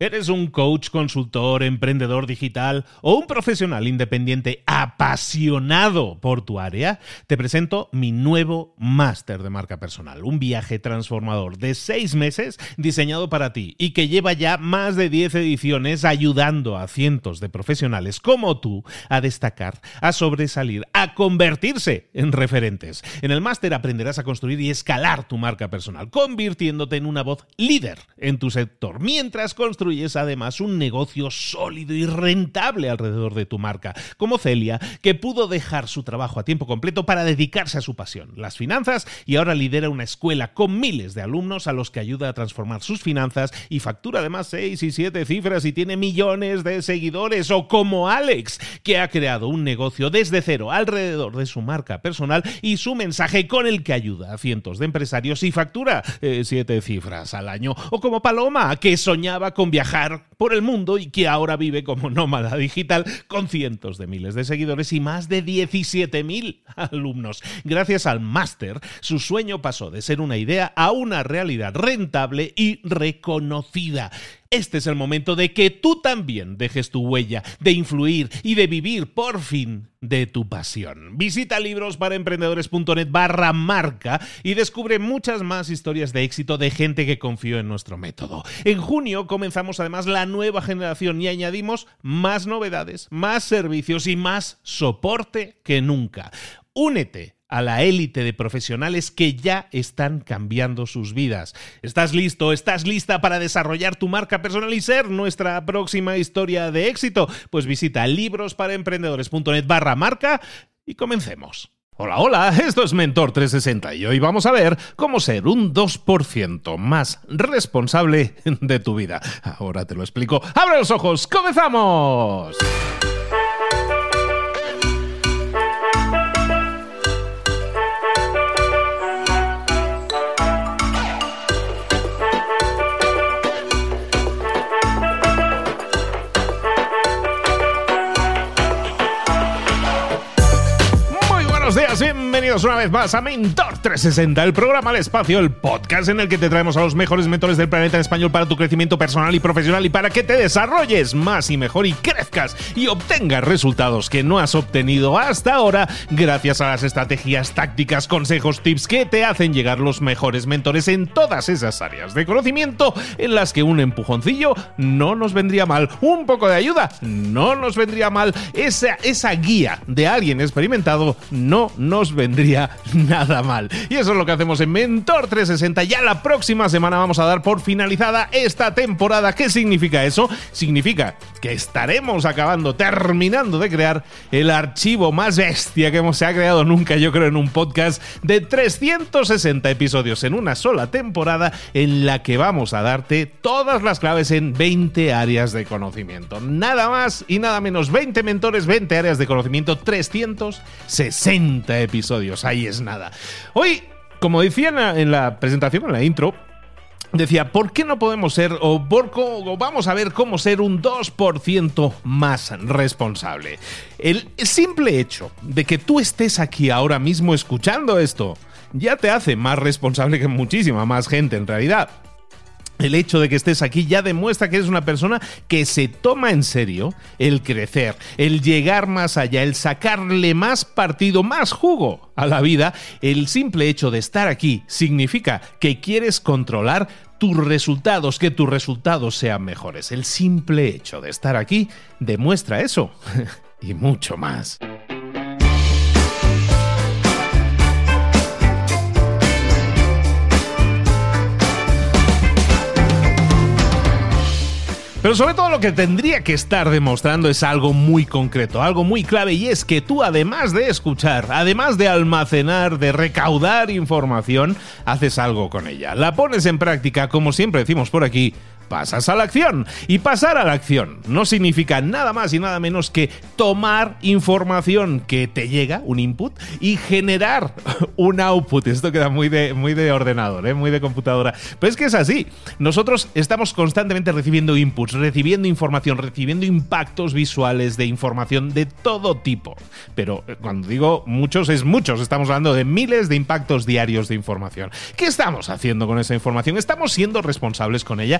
¿Eres un coach, consultor, emprendedor digital o un profesional independiente apasionado por tu área? Te presento mi nuevo máster de marca personal, un viaje transformador de 6 meses diseñado para ti y que lleva ya más de 10 ediciones ayudando a cientos de profesionales como tú a destacar, a sobresalir, a convertirse en referentes. En el máster aprenderás a construir y escalar tu marca personal, convirtiéndote en una voz líder en tu sector, mientras construyes además un negocio sólido y rentable alrededor de tu marca, como Celia, que pudo dejar su trabajo a tiempo completo para dedicarse a su pasión, las finanzas, y ahora lidera una escuela con miles de alumnos a los que ayuda a transformar sus finanzas y factura además 6 y 7 cifras y tiene millones de seguidores. O como Alex, que ha creado un negocio desde cero alrededor de su marca personal y su mensaje, con el que ayuda a cientos de empresarios y factura 7 cifras al año. O como Paloma, que soñaba con viajar por el mundo y que ahora vive como nómada digital con cientos de miles de seguidores y más de 17.000 alumnos. Gracias al máster, su sueño pasó de ser una idea a una realidad rentable y reconocida. Este es el momento de que tú también dejes tu huella, de influir y de vivir por fin de tu pasión. Visita librosparaemprendedores.net/marca y descubre muchas más historias de éxito de gente que confió en nuestro método. En junio comenzamos además la nueva generación y añadimos más novedades, más servicios y más soporte que nunca. Únete a la élite de profesionales que ya están cambiando sus vidas. ¿Estás listo? ¿Estás lista para desarrollar tu marca personal y ser nuestra próxima historia de éxito? Pues visita librosparaemprendedores.net/marca y comencemos. Hola, esto es Mentor 360 y hoy vamos a ver cómo ser un 2% más responsable de tu vida. Ahora te lo explico. ¡Abre los ojos! ¡Comenzamos! Buenos días, bienvenidos una vez más a Mentor 360, el programa al espacio, el podcast en el que te traemos a los mejores mentores del planeta en español para tu crecimiento personal y profesional y para que te desarrolles más y mejor y crezcas y obtengas resultados que no has obtenido hasta ahora gracias a las estrategias, tácticas, consejos, tips que te hacen llegar los mejores mentores en todas esas áreas de conocimiento en las que un empujoncillo no nos vendría mal, un poco de ayuda no nos vendría mal, esa guía de alguien experimentado no nos vendría nada mal. Y eso es lo que hacemos en Mentor 360. Ya la próxima semana vamos a dar por finalizada esta temporada. ¿Qué significa eso? Significa que estaremos terminando de crear el archivo más bestia que se ha creado nunca, yo creo, en un podcast de 360 episodios en una sola temporada, en la que vamos a darte todas las claves en 20 áreas de conocimiento. Nada más y nada menos, 20 mentores, 20 áreas de conocimiento, 360 episodios, ahí es nada. Hoy, como decía en la presentación, en la intro, decía, ¿por qué no podemos ser, o vamos a ver cómo ser un 2% más responsable? El simple hecho de que tú estés aquí ahora mismo escuchando esto ya te hace más responsable que muchísima más gente en realidad. El hecho de que estés aquí ya demuestra que eres una persona que se toma en serio el crecer, el llegar más allá, el sacarle más partido, más jugo a la vida. El simple hecho de estar aquí significa que quieres controlar tus resultados, que tus resultados sean mejores. El simple hecho de estar aquí demuestra eso y mucho más. Pero sobre todo lo que tendría que estar demostrando es algo muy concreto, algo muy clave, y es que tú, además de escuchar, además de almacenar, de recaudar información, haces algo con ella. La pones en práctica, como siempre decimos por aquí, pasas a la acción. Y pasar a la acción no significa nada más y nada menos que tomar información que te llega, un input, y generar un output. Esto queda muy de ordenador, muy de computadora. Pero es que es así. Nosotros estamos constantemente recibiendo inputs, recibiendo información, recibiendo impactos visuales de información de todo tipo. Pero cuando digo muchos, es muchos. Estamos hablando de miles de impactos diarios de información. ¿Qué estamos haciendo con esa información? ¿Estamos siendo responsables con ella? ¿La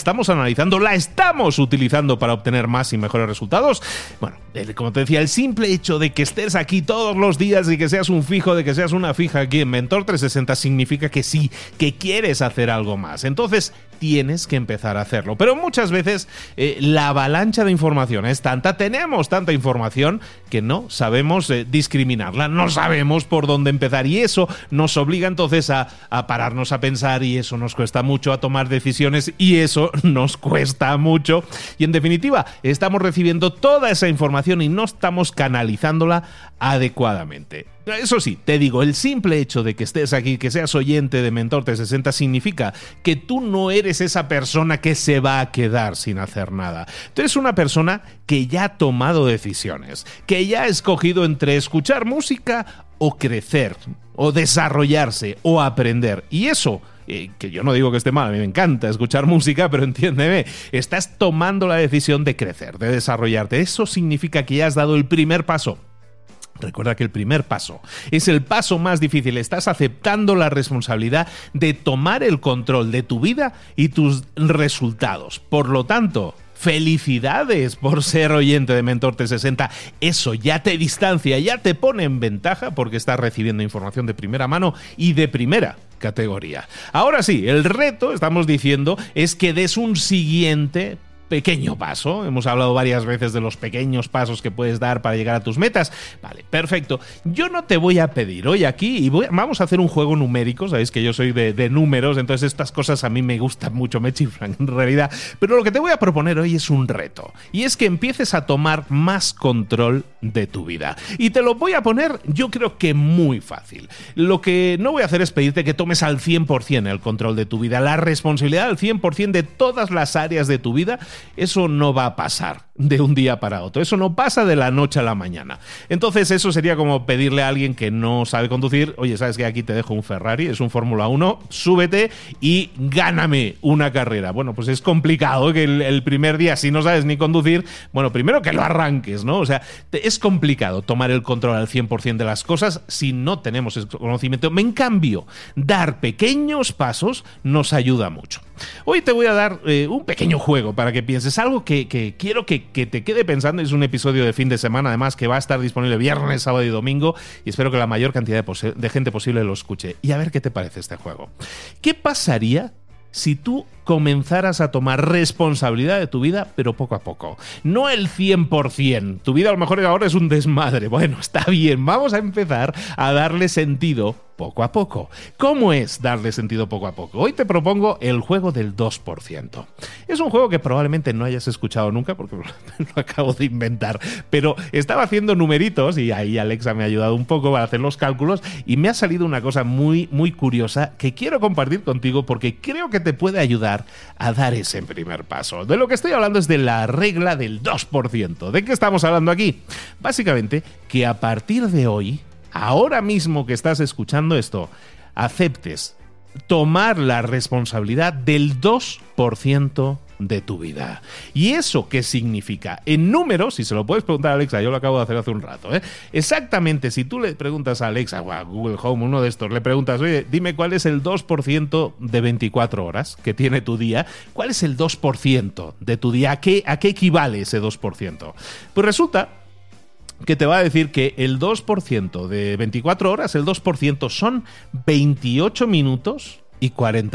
estamos analizando, la estamos utilizando para obtener más y mejores resultados. Bueno, como te decía, el simple hecho de que estés aquí todos los días y que seas un fijo, de que seas una fija aquí en Mentor 360 significa que sí, que quieres hacer algo más. Entonces, tienes que empezar a hacerlo. Pero muchas veces la avalancha de información es tanta, tenemos tanta información que no sabemos discriminarla, no sabemos por dónde empezar y eso nos obliga entonces a pararnos a pensar y eso nos cuesta mucho, a tomar decisiones y eso nos cuesta mucho y en definitiva estamos recibiendo toda esa información y no estamos canalizándola adecuadamente. Eso sí, te digo, el simple hecho de que estés aquí, que seas oyente de Mentor 360 significa que tú no eres esa persona que se va a quedar sin hacer nada. Tú eres una persona que ya ha tomado decisiones, que ya ha escogido entre escuchar música o crecer, o desarrollarse, o aprender. Y eso, que yo no digo que esté mal, a mí me encanta escuchar música, pero entiéndeme, estás tomando la decisión de crecer, de desarrollarte. Eso significa que ya has dado el primer paso. Recuerda que el primer paso es el paso más difícil. Estás aceptando la responsabilidad de tomar el control de tu vida y tus resultados. Por lo tanto, felicidades por ser oyente de Mentor 360. Eso ya te distancia, ya te pone en ventaja porque estás recibiendo información de primera mano y de primera categoría. Ahora sí, el reto, estamos diciendo, es que des un siguiente pequeño paso. Hemos hablado varias veces de los pequeños pasos que puedes dar para llegar a tus metas. Vale, perfecto. Yo no te voy a pedir hoy aquí y vamos a hacer un juego numérico. Sabéis que yo soy de números, entonces estas cosas a mí me gustan mucho, me chiflan en realidad. Pero lo que te voy a proponer hoy es un reto y es que empieces a tomar más control de tu vida. Y te lo voy a poner, yo creo que muy fácil. Lo que no voy a hacer es pedirte que tomes al 100% el control de tu vida, la responsabilidad al 100% de todas las áreas de tu vida. Eso no va a pasar de un día para otro. Eso no pasa de la noche a la mañana. Entonces eso sería como pedirle a alguien que no sabe conducir: oye, ¿sabes qué? Aquí te dejo un Ferrari, es un Fórmula 1, súbete y gáname una carrera. Bueno, pues es complicado que el primer día, si no sabes ni conducir, bueno, primero que lo arranques, ¿no? O sea, es complicado tomar el control al 100% de las cosas si no tenemos ese conocimiento. En cambio, dar pequeños pasos nos ayuda mucho. Hoy te voy a dar un pequeño juego para que pienses, algo que quiero que te quede pensando. Es un episodio de fin de semana, además, que va a estar disponible viernes, sábado y domingo, y espero que la mayor cantidad de gente posible lo escuche. Y a ver qué te parece este juego. ¿Qué pasaría si tú comenzaras a tomar responsabilidad de tu vida, pero poco a poco? No el 100%. Tu vida a lo mejor ahora es un desmadre. Bueno, está bien. Vamos a empezar a darle sentido poco a poco. ¿Cómo es darle sentido poco a poco? Hoy te propongo el juego del 2%. Es un juego que probablemente no hayas escuchado nunca porque lo acabo de inventar, pero estaba haciendo numeritos y ahí Alexa me ha ayudado un poco para hacer los cálculos y me ha salido una cosa muy, muy curiosa que quiero compartir contigo porque creo que te puede ayudar a dar ese primer paso. De lo que estoy hablando es de la regla del 2%. ¿De qué estamos hablando aquí? Básicamente que a partir de hoy, ahora mismo que estás escuchando esto, aceptes tomar la responsabilidad del 2% de tu vida. ¿Y eso qué significa? En números, si se lo puedes preguntar a Alexa, yo lo acabo de hacer hace un rato, exactamente, si tú le preguntas a Alexa o a Google Home, uno de estos, le preguntas, oye, dime cuál es el 2% de 24 horas que tiene tu día, ¿cuál es el 2% de tu día? ¿A qué equivale ese 2%? Pues resulta que te va a decir que el 2% de 24 horas, el 2% son 28 minutos y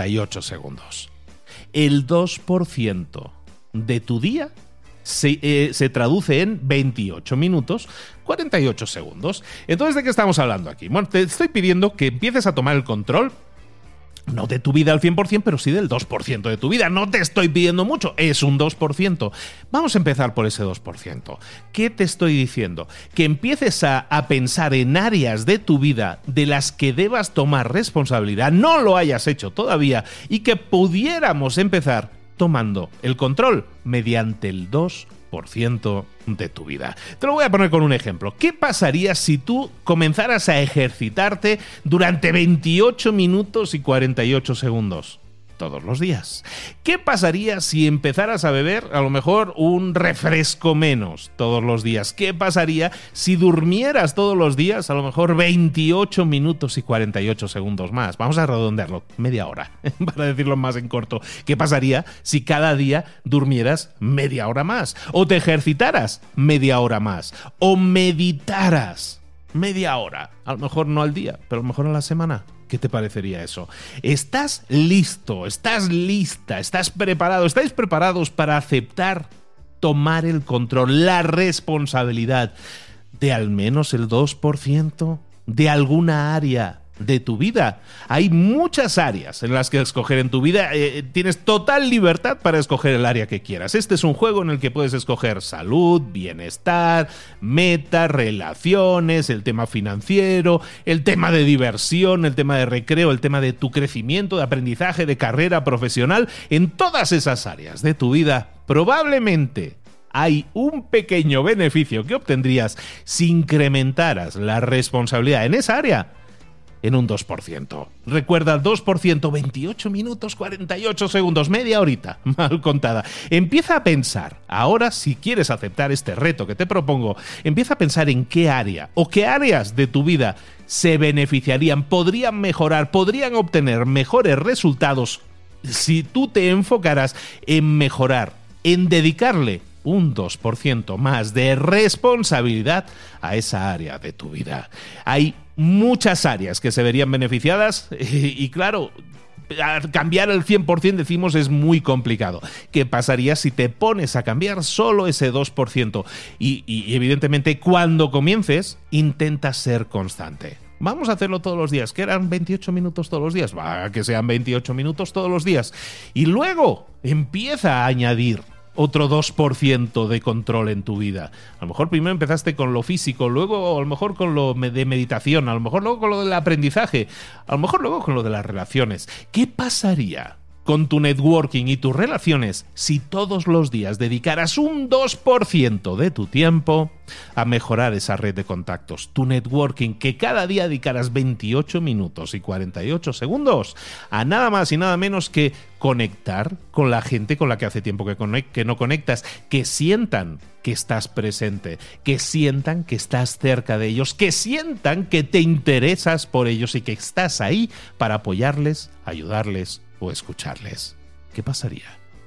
48 segundos. El 2% de tu día se traduce en 28 minutos, 48 segundos. Entonces, ¿de qué estamos hablando aquí? Bueno, te estoy pidiendo que empieces a tomar el control, no de tu vida al 100%, pero sí del 2% de tu vida. No te estoy pidiendo mucho, es un 2%. Vamos a empezar por ese 2%. ¿Qué te estoy diciendo? Que empieces a pensar en áreas de tu vida de las que debas tomar responsabilidad, no lo hayas hecho todavía, y que pudiéramos empezar tomando el control mediante el 2% de tu vida. Te lo voy a poner con un ejemplo. ¿Qué pasaría si tú comenzaras a ejercitarte durante 28 minutos y 48 segundos? todos los días. ¿Qué pasaría si empezaras a beber a lo mejor un refresco menos todos los días? ¿Qué pasaría si durmieras todos los días a lo mejor 28 minutos y 48 segundos más? Vamos a redondearlo, media hora, para decirlo más en corto. ¿Qué pasaría si cada día durmieras media hora más? ¿O te ejercitaras media hora más? ¿O meditaras media hora? A lo mejor no al día, pero a lo mejor a la semana. ¿Qué te parecería eso? ¿Estás listo? ¿Estás lista? ¿Estás preparado? ¿Estáis preparados para aceptar, tomar el control, la responsabilidad de al menos el 2% de alguna área de tu vida? Hay muchas áreas en las que escoger en tu vida. Tienes total libertad para escoger el área que quieras. Este es un juego en el que puedes escoger salud, bienestar, metas, relaciones, el tema financiero, el tema de diversión, el tema de recreo, el tema de tu crecimiento, de aprendizaje, de carrera profesional. En todas esas áreas de tu vida, probablemente hay un pequeño beneficio que obtendrías si incrementaras la responsabilidad en esa área en un 2%. Recuerda, 2%, 28 minutos, 48 segundos, media horita, mal contada. Empieza a pensar, ahora si quieres aceptar este reto que te propongo, empieza a pensar en qué área o qué áreas de tu vida se beneficiarían, podrían mejorar, podrían obtener mejores resultados si tú te enfocaras en mejorar, en dedicarle un 2% más de responsabilidad a esa área de tu vida. Hay muchas áreas que se verían beneficiadas y claro, cambiar el 100% decimos es muy complicado. ¿Qué pasaría si te pones a cambiar solo ese 2%? Y evidentemente cuando comiences, intenta ser constante. Vamos a hacerlo todos los días. ¿Que eran 28 minutos todos los días? Va, que sean 28 minutos todos los días. Y luego empieza a añadir otro 2% de control en tu vida. A lo mejor primero empezaste con lo físico, luego a lo mejor con lo de meditación, a lo mejor luego con lo del aprendizaje, a lo mejor luego con lo de las relaciones. ¿Qué pasaría con tu networking y tus relaciones si todos los días dedicaras un 2% de tu tiempo a mejorar esa red de contactos? Tu networking, que cada día dedicaras 28 minutos y 48 segundos a nada más y nada menos que conectar con la gente con la que hace tiempo que no conectas, que sientan que estás presente, que sientan que estás cerca de ellos, que sientan que te interesas por ellos y que estás ahí para apoyarles, ayudarles o escucharles. ¿Qué pasaría?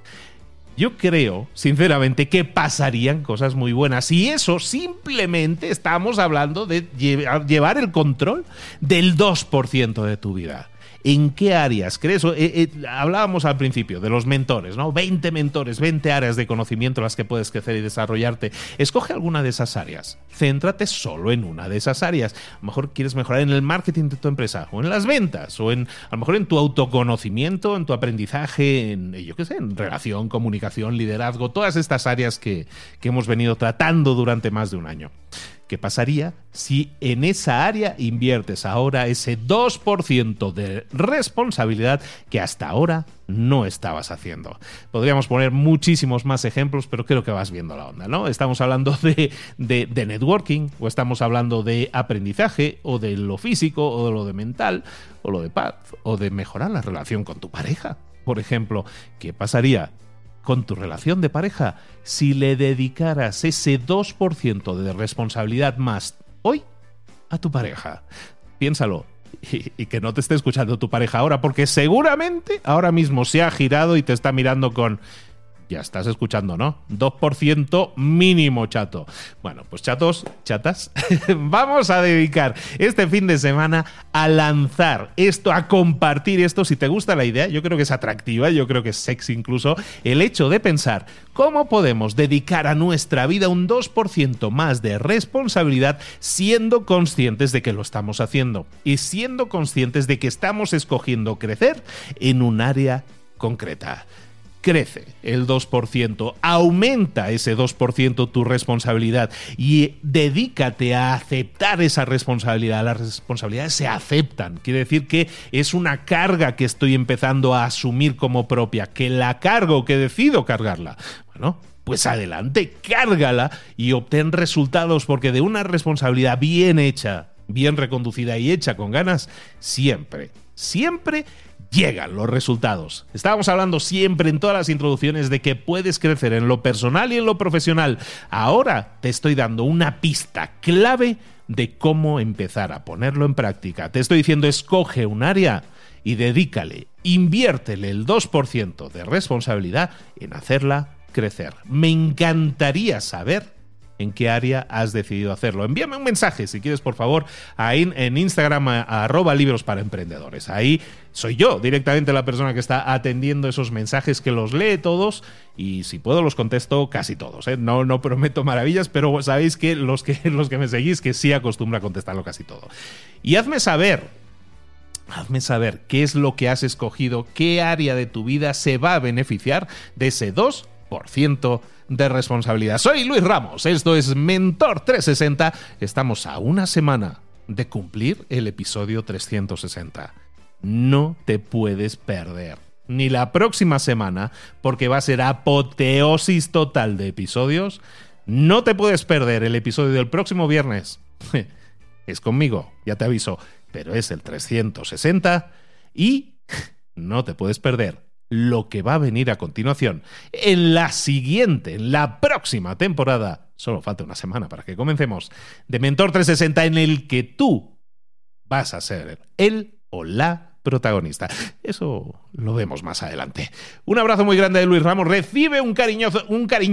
Yo creo, sinceramente, que pasarían cosas muy buenas. Y eso simplemente estamos hablando de llevar el control del 2% de tu vida. ¿En qué áreas crees? Hablábamos al principio de los mentores, ¿no? 20 mentores, 20 áreas de conocimiento en las que puedes crecer y desarrollarte. Escoge alguna de esas áreas. Céntrate solo en una de esas áreas. A lo mejor quieres mejorar en el marketing de tu empresa, o en las ventas, o a lo mejor en tu autoconocimiento, en tu aprendizaje, en relación, comunicación, liderazgo, todas estas áreas que hemos venido tratando durante más de un año. ¿Qué pasaría si en esa área inviertes ahora ese 2% de responsabilidad que hasta ahora no estabas haciendo? Podríamos poner muchísimos más ejemplos, pero creo que vas viendo la onda, ¿no? Estamos hablando de networking, o estamos hablando de aprendizaje, o de lo físico, o de lo de mental, o lo de paz, o de mejorar la relación con tu pareja. Por ejemplo, ¿qué pasaría con tu relación de pareja si le dedicaras ese 2% de responsabilidad más hoy a tu pareja? Piénsalo. Y que no te esté escuchando tu pareja ahora, porque seguramente ahora mismo se ha girado y te está mirando con: ya estás escuchando, ¿no? 2% mínimo, chato. Bueno, pues chatos, chatas, vamos a dedicar este fin de semana a lanzar esto, a compartir esto. Si te gusta la idea, yo creo que es atractiva, yo creo que es sexy incluso, el hecho de pensar cómo podemos dedicar a nuestra vida un 2% más de responsabilidad, siendo conscientes de que lo estamos haciendo y siendo conscientes de que estamos escogiendo crecer en un área concreta. Crece el 2%, aumenta ese 2% tu responsabilidad y dedícate a aceptar esa responsabilidad. Las responsabilidades se aceptan, quiere decir que es una carga que estoy empezando a asumir como propia, que la cargo, que decido cargarla. Bueno, pues adelante, cárgala y obtén resultados, porque de una responsabilidad bien hecha, bien reconducida y hecha con ganas, siempre llegan los resultados. Estábamos hablando siempre en todas las introducciones de que puedes crecer en lo personal y en lo profesional. Ahora te estoy dando una pista clave de cómo empezar a ponerlo en práctica. Te estoy diciendo, escoge un área y dedícale, inviértele el 2% de responsabilidad en hacerla crecer. Me encantaría saber en qué área has decidido hacerlo. Envíame un mensaje, si quieres, por favor, en Instagram, @libros para emprendedores. Ahí soy yo directamente la persona que está atendiendo esos mensajes, que los lee todos y si puedo los contesto casi todos, ¿eh? No prometo maravillas, pero sabéis que los que me seguís, que sí acostumbro a contestarlo casi todo. Y hazme saber qué es lo que has escogido, qué área de tu vida se va a beneficiar de ese 2% de responsabilidad. Soy Luis Ramos, esto es Mentor 360. Estamos a una semana de cumplir el episodio 360. No te puedes perder ni la próxima semana, porque va a ser apoteosis total de episodios. No te puedes perder el episodio del próximo viernes. Es conmigo, ya te aviso, pero es el 360. Y no te puedes perder lo que va a venir a continuación en la próxima temporada. Solo falta una semana para que comencemos, de Mentor 360, en el que tú vas a ser el o la protagonista. Eso lo vemos más adelante. Un abrazo muy grande de Luis Ramos. Recibe un cariñoso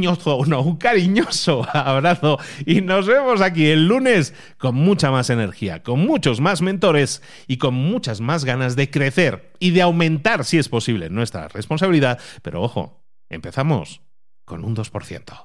abrazo y nos vemos aquí el lunes con mucha más energía, con muchos más mentores y con muchas más ganas de crecer y de aumentar, si es posible, nuestra responsabilidad. Pero ojo, empezamos con un 2%.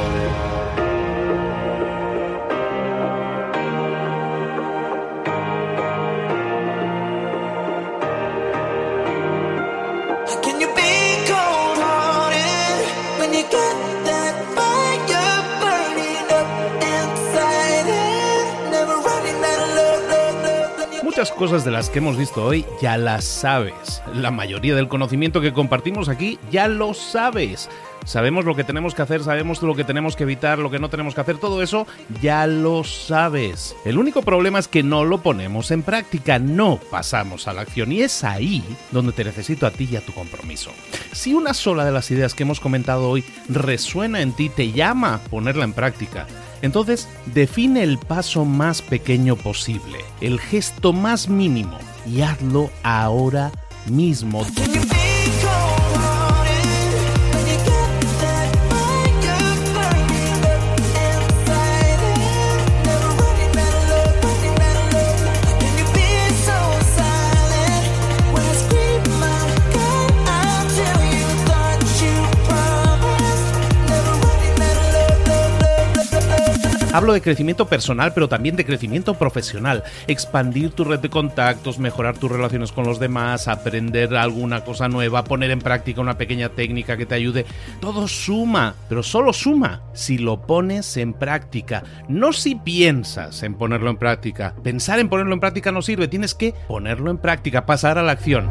Muchas cosas de las que hemos visto hoy ya las sabes. La mayoría del conocimiento que compartimos aquí ya lo sabes. Sabemos lo que tenemos que hacer, sabemos lo que tenemos que evitar, lo que no tenemos que hacer, todo eso ya lo sabes. El único problema es que no lo ponemos en práctica, no pasamos a la acción, y es ahí donde te necesito a ti y a tu compromiso. Si una sola de las ideas que hemos comentado hoy resuena en ti, te llama a ponerla en práctica, entonces define el paso más pequeño posible, el gesto más mínimo, y hazlo ahora mismo. Hablo de crecimiento personal, pero también de crecimiento profesional. Expandir tu red de contactos, mejorar tus relaciones con los demás, aprender alguna cosa nueva, poner en práctica una pequeña técnica que te ayude. Todo suma, pero solo suma si lo pones en práctica. No si piensas en ponerlo en práctica. Pensar en ponerlo en práctica no sirve. Tienes que ponerlo en práctica, pasar a la acción.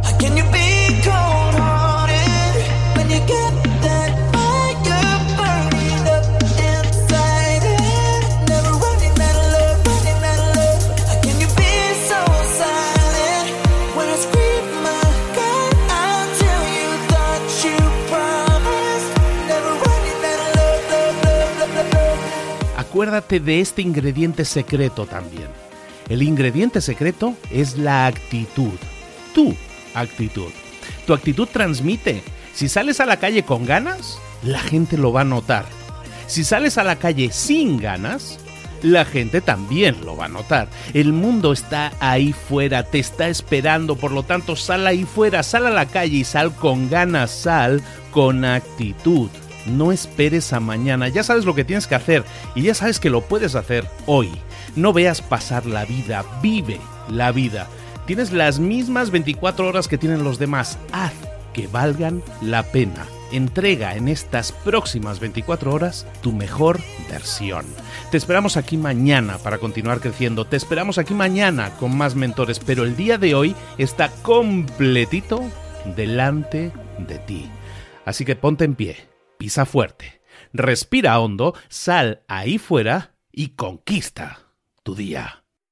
Acuérdate de este ingrediente secreto también. El ingrediente secreto es la actitud. Tu actitud. Tu actitud transmite. Si sales a la calle con ganas, la gente lo va a notar. Si sales a la calle sin ganas, la gente también lo va a notar. El mundo está ahí fuera, te está esperando, por lo tanto sal ahí fuera, sal a la calle y sal con ganas, sal con actitud. No esperes a mañana, ya sabes lo que tienes que hacer y ya sabes que lo puedes hacer hoy. No veas pasar la vida, vive la vida. Tienes las mismas 24 horas que tienen los demás, haz que valgan la pena. Entrega en estas próximas 24 horas tu mejor versión. Te esperamos aquí mañana para continuar creciendo, te esperamos aquí mañana con más mentores, pero el día de hoy está completito delante de ti. Así que ponte en pie. Pisa fuerte, respira hondo, sal ahí fuera y conquista tu día.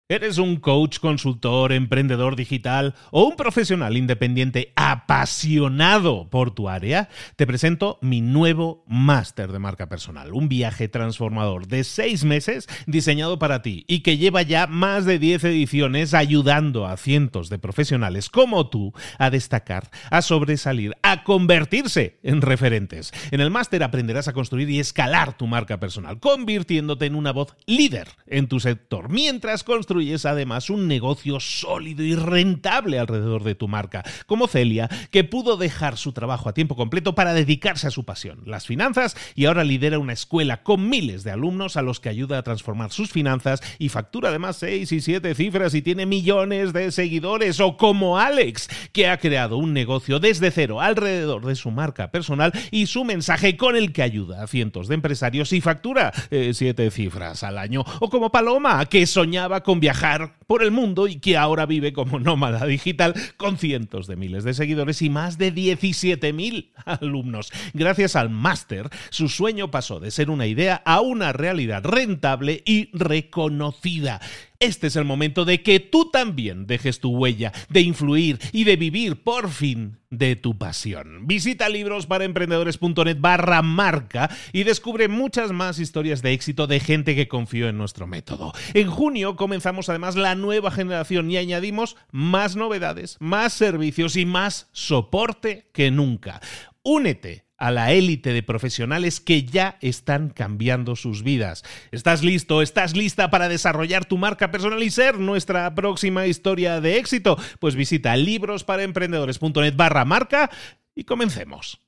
¿Eres un coach, consultor, emprendedor digital o un profesional independiente apasionado por tu área? Te presento mi nuevo máster de marca personal, un viaje transformador de 6 meses diseñado para ti y que lleva ya más de 10 ediciones ayudando a cientos de profesionales como tú a destacar, a sobresalir, a convertirse en referentes. En el máster aprenderás a construir y escalar tu marca personal, convirtiéndote en una voz líder en tu sector, mientras construyes además un negocio sólido y rentable alrededor de tu marca, como Celia, que pudo dejar su trabajo a tiempo completo para dedicarse a su pasión, las finanzas, y ahora lidera una escuela con miles de alumnos a los que ayuda a transformar sus finanzas y factura además 6 y 7 cifras y tiene millones de seguidores. O como Alex, que ha creado un negocio desde cero alrededor de su marca personal y su mensaje, con el que ayuda a cientos de empresarios y factura 7 cifras al año. O como Paloma, que soñaba con viajar por el mundo y que ahora vive como nómada digital con cientos de miles de seguidores y más de 17.000 alumnos. Gracias al máster, su sueño pasó de ser una idea a una realidad rentable y reconocida. Este es el momento de que tú también dejes tu huella, de influir y de vivir por fin de tu pasión. Visita librosparaemprendedores.net/marca y descubre muchas más historias de éxito de gente que confió en nuestro método. En junio comenzamos además la nueva generación y añadimos más novedades, más servicios y más soporte que nunca. Únete a la élite de profesionales que ya están cambiando sus vidas. ¿Estás listo? ¿Estás lista para desarrollar tu marca personal y ser nuestra próxima historia de éxito? Pues visita librosparaemprendedores.net/marca y comencemos.